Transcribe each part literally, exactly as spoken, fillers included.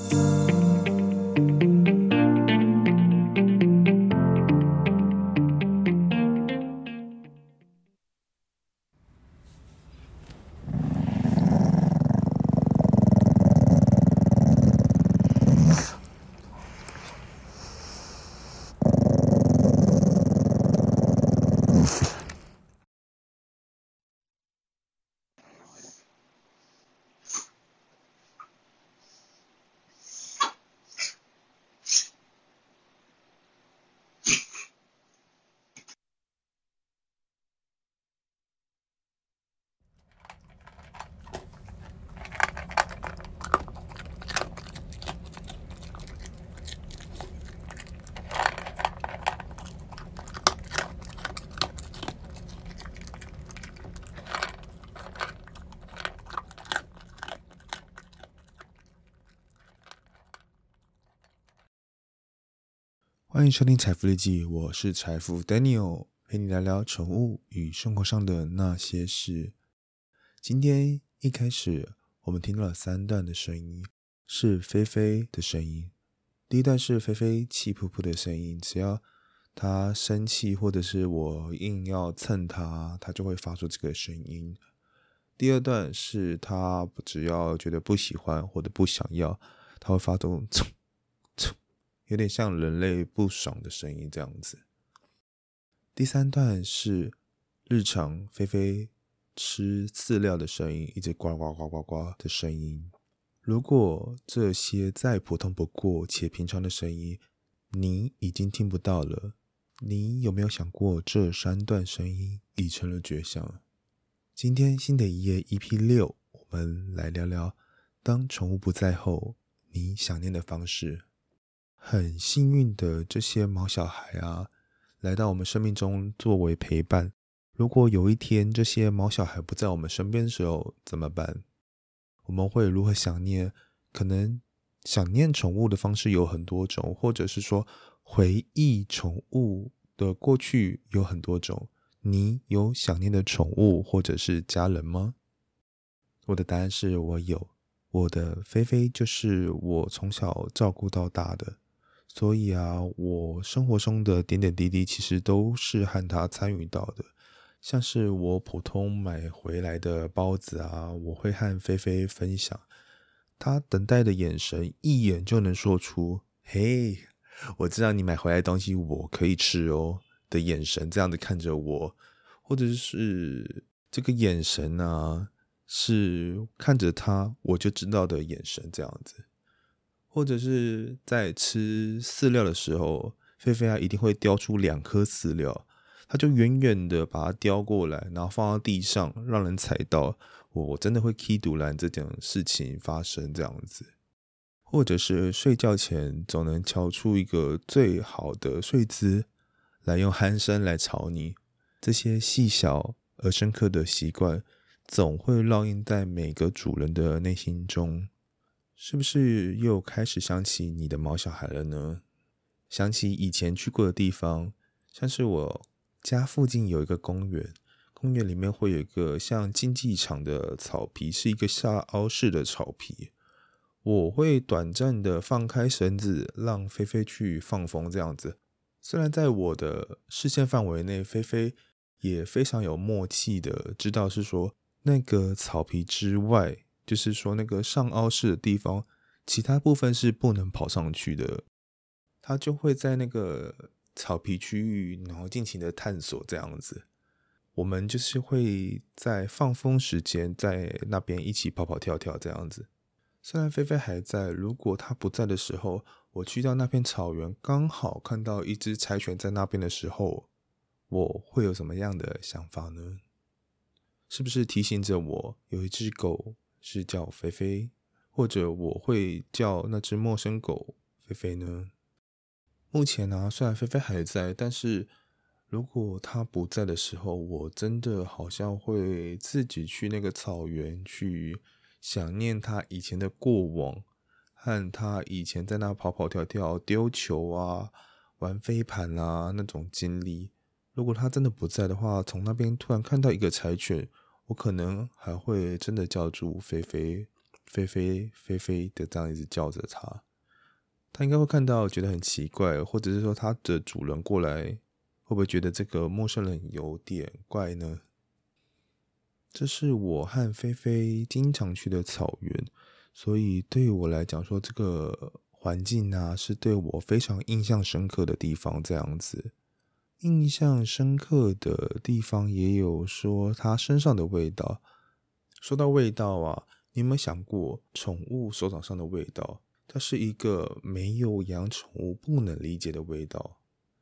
欢迎收听财富日记，我是财富 Daniel， 陪你聊聊宠物与生活上的那些事。今天一开始我们听到了三段的声音，是菲菲的声音。第一段是菲菲气噗噗的声音，只要她生气或者是我硬要蹭她，她就会发出这个声音。第二段是她只要觉得不喜欢或者不想要，她会发出嗖嗖，有点像人类不爽的声音这样子。第三段是日常菲菲吃饲料的声音，一直呱呱呱呱呱的声音。如果这些再普通不过且平常的声音你已经听不到了，你有没有想过这三段声音已成了绝响？今天新的一页 E P 六， 我们来聊聊当宠物不在后你想念的方式。很幸运的，这些毛小孩啊，来到我们生命中作为陪伴。如果有一天这些毛小孩不在我们身边的时候怎么办？我们会如何想念？可能想念宠物的方式有很多种，或者是说回忆宠物的过去有很多种。你有想念的宠物或者是家人吗？我的答案是我有。我的菲菲就是我从小照顾到大的，所以啊，我生活中的点点滴滴其实都是和他参与到的。像是我普通买回来的包子啊，我会和菲菲分享，他等待的眼神一眼就能说出嘿，我知道你买回来的东西我可以吃哦的眼神，这样子看着我，或者是这个眼神啊是看着他我就知道的眼神这样子。或者是在吃饲料的时候，菲菲啊一定会叼出两颗饲料，他就远远的把它叼过来，然后放到地上让人踩到，我真的会起赌烂这种事情发生这样子。或者是睡觉前总能瞧出一个最好的睡姿来用鼾声来吵你，这些细小而深刻的习惯总会烙印在每个主人的内心中。是不是又开始想起你的毛小孩了呢？想起以前去过的地方，像是我家附近有一个公园，公园里面会有一个像竞技场的草皮，是一个下凹式的草皮。我会短暂的放开绳子，让菲菲去放风这样子。虽然在我的视线范围内，菲菲也非常有默契的知道是说那个草皮之外，就是说那个上凹式的地方，其他部分是不能跑上去的。他就会在那个草皮区域，然后尽情的探索这样子。我们就是会在放风时间在那边一起跑跑跳跳这样子。虽然菲菲还在，如果他不在的时候，我去到那片草原，刚好看到一只柴犬在那边的时候，我会有什么样的想法呢？是不是提醒着我有一只狗是叫菲菲，或者我会叫那只陌生狗菲菲呢？目前啊，虽然菲菲还在，但是如果她不在的时候，我真的好像会自己去那个草原去想念她以前的过往，和她以前在那跑跑跳跳、丢球啊、玩飞盘啊那种经历。如果她真的不在的话，从那边突然看到一个柴犬，我可能还会真的叫住菲菲， 菲菲菲菲的这样一直叫着它，它应该会看到觉得很奇怪，或者是说它的主人过来会不会觉得这个陌生人有点怪呢？这是我和菲菲经常去的草原，所以对于我来讲说这个环境啊是对我非常印象深刻的地方，这样子。印象深刻的地方也有说它身上的味道。说到味道啊，你有没有想过宠物手掌上的味道？它是一个没有养宠物不能理解的味道。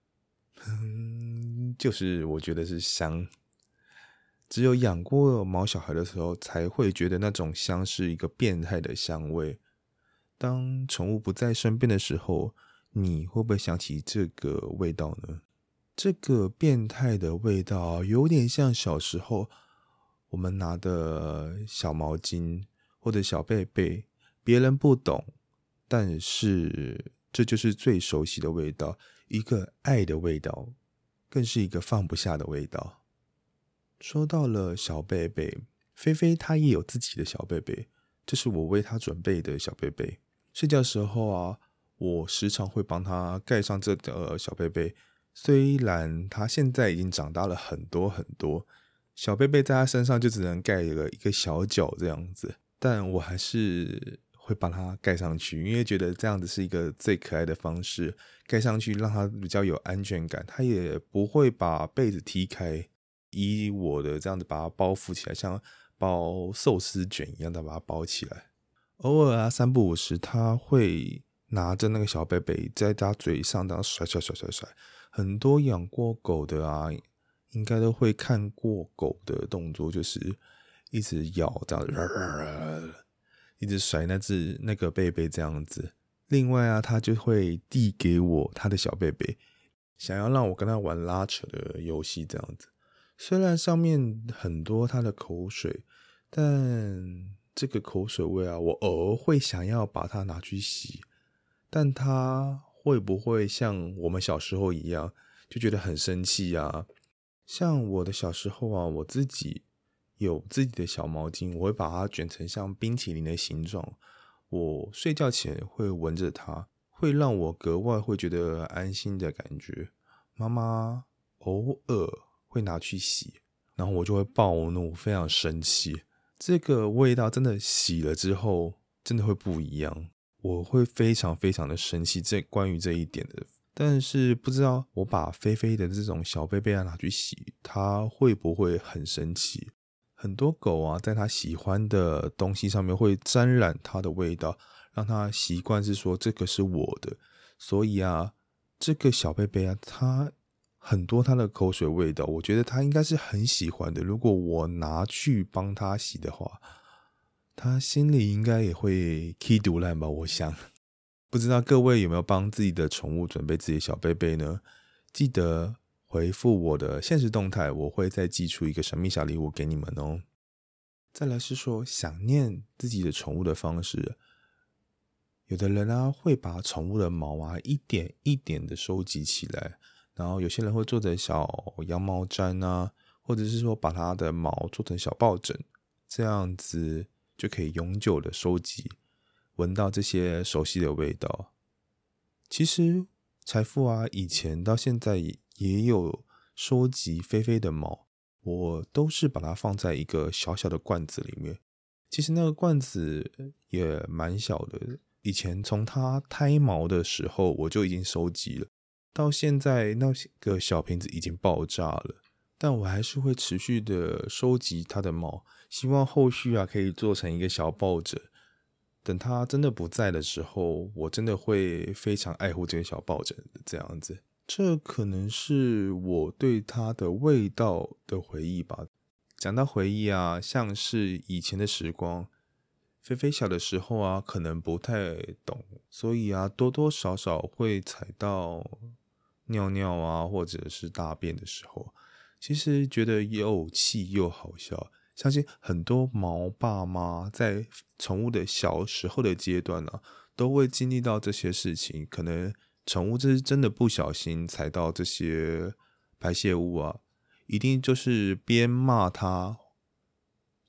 嗯，就是我觉得是香。只有养过毛小孩的时候才会觉得那种香是一个变态的香味。当宠物不在身边的时候，你会不会想起这个味道呢？这个变态的味道有点像小时候我们拿的小毛巾或者小被被，别人不懂，但是这就是最熟悉的味道，一个爱的味道，更是一个放不下的味道。说到了小贝贝，菲菲她也有自己的小贝贝，这是我为她准备的小贝贝。睡觉的时候啊，我时常会帮她盖上这个小贝贝。虽然她现在已经长大了很多很多，小贝贝在她身上就只能盖了一个小角这样子，但我还是会帮她盖上去，因为觉得这样子是一个最可爱的方式，盖上去让她比较有安全感，她也不会把被子踢开。以我的这样子把它包覆起来，像包寿司卷一样的把它包起来。偶尔啊，三不五时他会拿着那个小贝贝在他嘴上这样甩甩甩甩甩。很多养过狗的啊，应该都会看过狗的动作，就是一直咬这样子，一直甩那只那个贝贝这样子。另外啊，他就会递给我他的小贝贝，想要让我跟他玩拉扯的游戏这样子。虽然上面很多他的口水，但这个口水味啊，我偶尔会想要把它拿去洗，但它会不会像我们小时候一样，就觉得很生气啊？像我的小时候啊，我自己有自己的小毛巾，我会把它卷成像冰淇淋的形状，我睡觉前会闻着它，会让我格外会觉得安心的感觉。妈妈偶尔会拿去洗，然后我就会暴怒，非常生气。这个味道真的洗了之后真的会不一样，我会非常非常的生气这关于这一点的。但是不知道我把菲菲的这种小贝贝啊拿去洗，它会不会很生气？很多狗啊，在它喜欢的东西上面会沾染它的味道，让它习惯是说这个是我的。所以啊，这个小贝贝啊，它很多它的口水味道，我觉得它应该是很喜欢的。如果我拿去帮它洗的话，它心里应该也会起毒烂吧，我想。不知道各位有没有帮自己的宠物准备自己的小贝贝呢？记得回复我的限时动态，我会再寄出一个神秘小礼物给你们哦。再来是说想念自己的宠物的方式，有的人啊会把宠物的毛啊一点一点的收集起来，然后有些人会做成小羊毛毡啊，或者是说把它的毛做成小抱枕，这样子就可以永久的收集，闻到这些熟悉的味道。其实财富啊以前到现在也有收集菲菲的毛，我都是把它放在一个小小的罐子里面。其实那个罐子也蛮小的，以前从它胎毛的时候我就已经收集了，到现在那个小瓶子已经爆炸了，但我还是会持续的收集它的毛，希望后续啊可以做成一个小抱枕。等它真的不在的时候，我真的会非常爱护这个小抱枕的这样子。这可能是我对它的味道的回忆吧。讲到回忆啊，像是以前的时光，菲菲小的时候啊，可能不太懂，所以啊，多多少少会踩到尿尿啊，或者是大便的时候，其实觉得又气又好笑。相信很多毛爸妈在宠物的小时候的阶段啊，都会经历到这些事情。可能宠物这是真的不小心踩到这些排泄物啊，一定就是边骂它，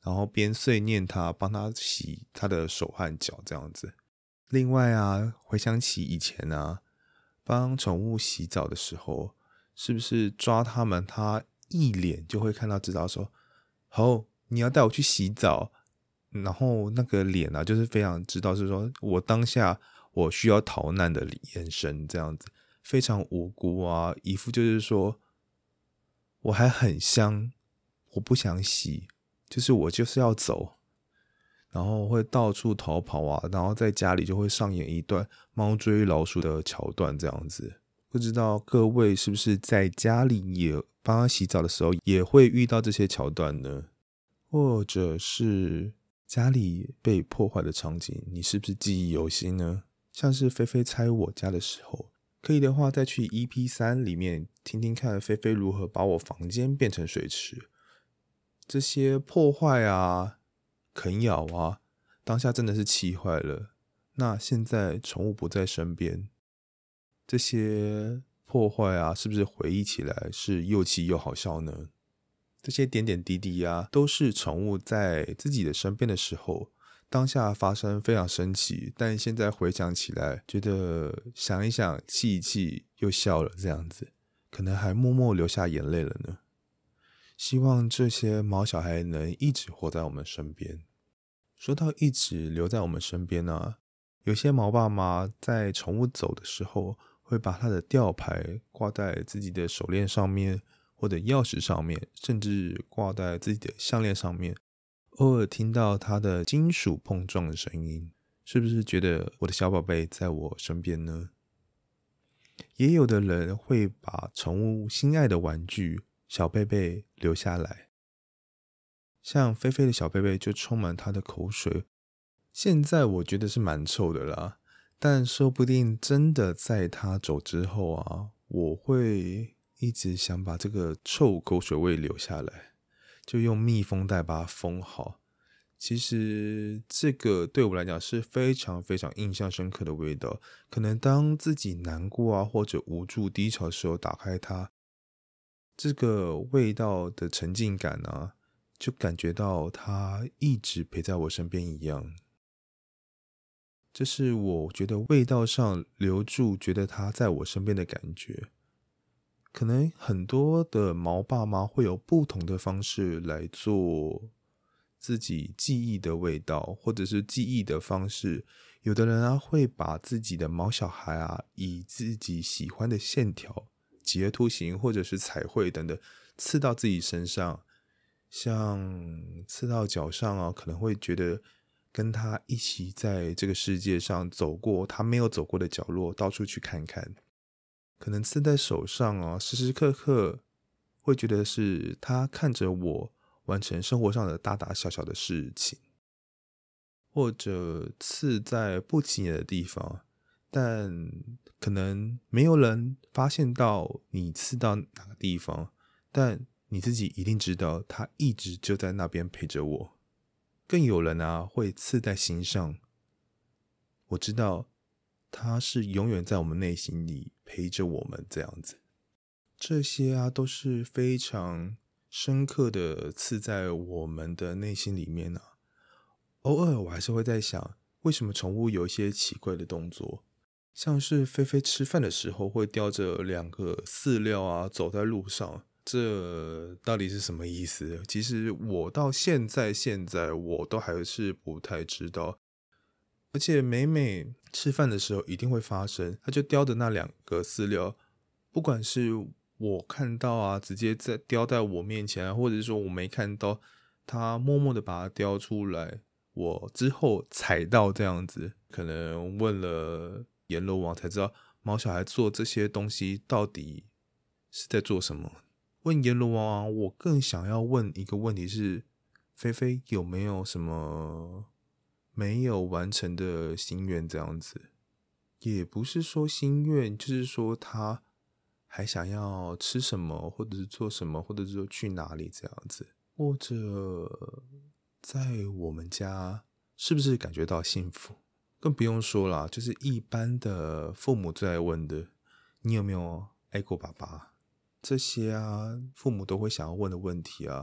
然后边碎念他，帮他洗他的手和脚这样子。另外啊，回想起以前啊，帮宠物洗澡的时候，是不是抓他们，他一脸就会看到知道说，好，你要带我去洗澡，然后那个脸啊，就是非常知道是说我当下我需要逃难的眼神这样子，非常无辜啊，一副就是说我还很香，我不想洗，就是我就是要走，然后会到处逃跑啊，然后在家里就会上演一段猫追老鼠的桥段这样子。不知道各位是不是在家里也帮他洗澡的时候也会遇到这些桥段呢？或者是家里被破坏的场景，你是不是记忆犹新呢？像是菲菲拆我家的时候，可以的话再去 E P 三 里面听听看菲菲如何把我房间变成水池。这些破坏啊，啃咬啊，当下真的是气坏了。那现在宠物不在身边，这些破坏啊，是不是回忆起来是又气又好笑呢？这些点点滴滴啊，都是宠物在自己的身边的时候，当下发生非常生气，但现在回想起来，觉得想一想，气一气又笑了，这样子，可能还默默流下眼泪了呢。希望这些毛小孩能一直活在我们身边。说到一直留在我们身边啊，有些毛爸妈在宠物走的时候，会把它的吊牌挂在自己的手链上面，或者钥匙上面，甚至挂在自己的项链上面。偶尔听到它的金属碰撞的声音，是不是觉得我的小宝贝在我身边呢？也有的人会把宠物心爱的玩具小贝贝留下来，像菲菲的小贝贝就充满它的口水，现在我觉得是蛮臭的啦，但说不定真的在它走之后啊，我会一直想把这个臭口水味留下来，就用密封袋把它封好。其实这个对我来讲是非常非常印象深刻的味道，可能当自己难过啊或者无助低潮的时候打开它，这个味道的沉浸感啊，就感觉到它一直陪在我身边一样。这是我觉得味道上留住觉得它在我身边的感觉。可能很多的毛爸妈会有不同的方式来做自己记忆的味道，或者是记忆的方式。有的人啊会把自己的毛小孩啊以自己喜欢的线条、几何图形或者是彩绘等等刺到自己身上，像刺到脚上啊，可能会觉得跟他一起在这个世界上走过他没有走过的角落，到处去看看。可能刺在手上啊，时时刻刻会觉得是他看着我完成生活上的大大小小的事情，或者刺在不起眼的地方，但可能没有人发现到你刺到哪个地方，但你自己一定知道他一直就在那边陪着我。更有人啊会刺在心上，我知道他是永远在我们内心里陪着我们这样子。这些啊都是非常深刻的刺在我们的内心里面啊。偶尔我还是会在想，为什么宠物有一些奇怪的动作，像是菲菲吃饭的时候会叼着两个饲料啊走在路上，这到底是什么意思？其实我到现在现在我都还是不太知道。而且每每吃饭的时候一定会发生，他就叼着那两个饲料，不管是我看到啊，直接在叼在我面前啊，或者是说我没看到，他默默的把它叼出来，我之后踩到这样子，可能问了阎罗王才知道毛小孩做这些东西到底是在做什么。问阎罗王啊，我更想要问一个问题是，菲菲有没有什么没有完成的心愿这样子？也不是说心愿，就是说他还想要吃什么，或者是做什么，或者是说去哪里这样子，或者在我们家是不是感觉到幸福？更不用说啦，就是一般的父母最爱问的，你有没有爱过爸爸？这些啊，父母都会想要问的问题啊，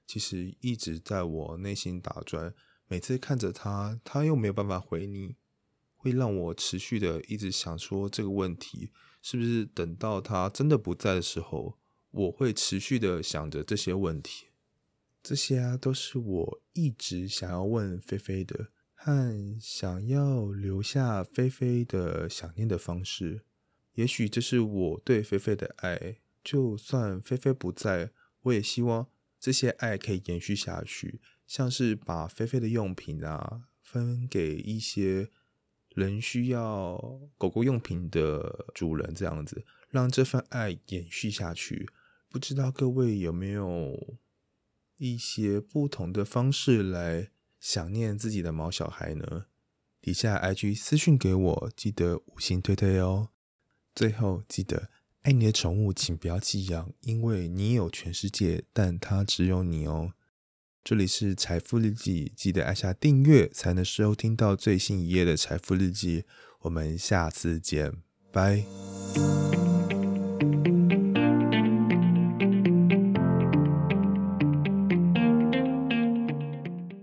其实一直在我内心打转。每次看着他，他又没有办法回你，会让我持续的一直想说这个问题是不是等到他真的不在的时候，我会持续的想着这些问题。这些啊，都是我一直想要问菲菲的，和想要留下菲菲的想念的方式。也许这是我对菲菲的爱，就算菲菲不在，我也希望这些爱可以延续下去，像是把菲菲的用品啊分给一些人需要狗狗用品的主人，这样子让这份爱延续下去。不知道各位有没有一些不同的方式来想念自己的毛小孩呢？底下 I G 私讯给我，记得五星推推哦。最后记得爱你的宠物请不要弃养，因为你有全世界，但它只有你哦。这里是财富日记，记得按下订阅才能收听到最新一页的财富日记。我们下次见，拜。